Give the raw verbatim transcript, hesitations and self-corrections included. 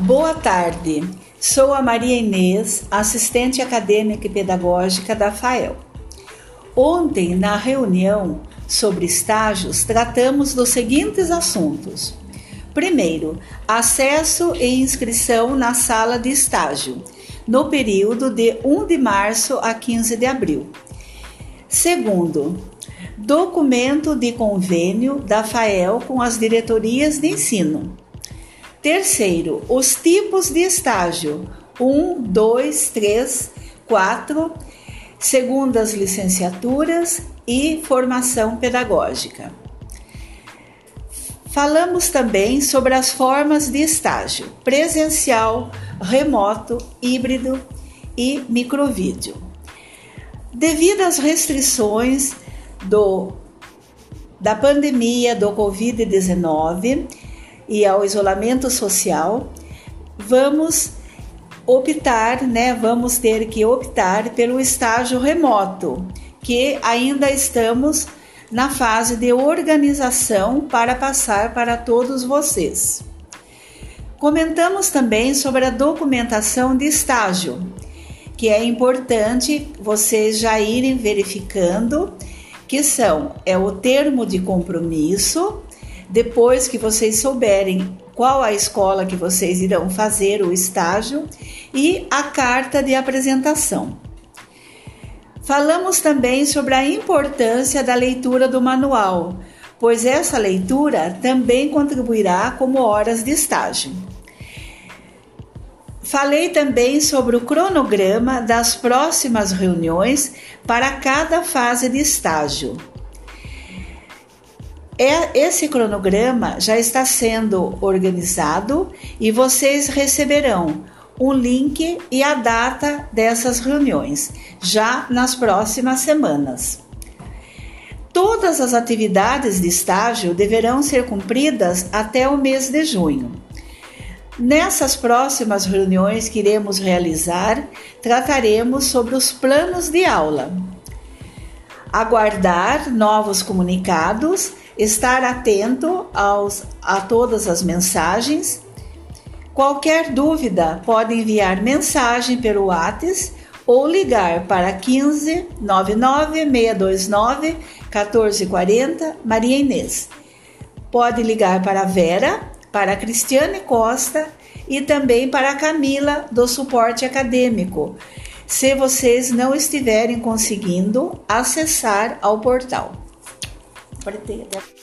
Boa tarde, sou a Maria Inês, assistente acadêmica e pedagógica da FAEL. Ontem, na reunião sobre estágios, tratamos dos seguintes assuntos. Primeiro, acesso e inscrição na sala de estágio, no período de primeiro de março a quinze de abril. Segundo, documento de convênio da FAEL com as diretorias de ensino. Terceiro, os tipos de estágio, um, dois, três, quatro, segundas licenciaturas e formação pedagógica. Falamos também sobre as formas de estágio, presencial, remoto, híbrido e microvídeo. Devido às restrições do, da pandemia do covid dezenove, e ao isolamento social, vamos optar, né, vamos ter que optar pelo estágio remoto, que ainda estamos na fase de organização para passar para todos vocês. Comentamos também sobre a documentação de estágio, que é importante vocês já irem verificando, que são é o termo de compromisso. Depois que vocês souberem qual a escola que vocês irão fazer o estágio e a carta de apresentação. Falamos também sobre a importância da leitura do manual, pois essa leitura também contribuirá como horas de estágio. Falei também sobre o cronograma das próximas reuniões para cada fase de estágio. Esse cronograma já está sendo organizado e vocês receberão um link e a data dessas reuniões, já nas próximas semanas. Todas as atividades de estágio deverão ser cumpridas até o mês de junho. Nessas próximas reuniões que iremos realizar, trataremos sobre os planos de aula. Aguardar novos comunicados, estar atento aos, a todas as mensagens. Qualquer dúvida, pode enviar mensagem pelo WhatsApp ou ligar para quinze, nove nove, seis dois nove, um quatro quatro zero, Maria Inês. Pode ligar para a Vera, para a Cristiane Costa e também para a Camila do suporte acadêmico, se vocês não estiverem conseguindo acessar ao portal. Pode ter.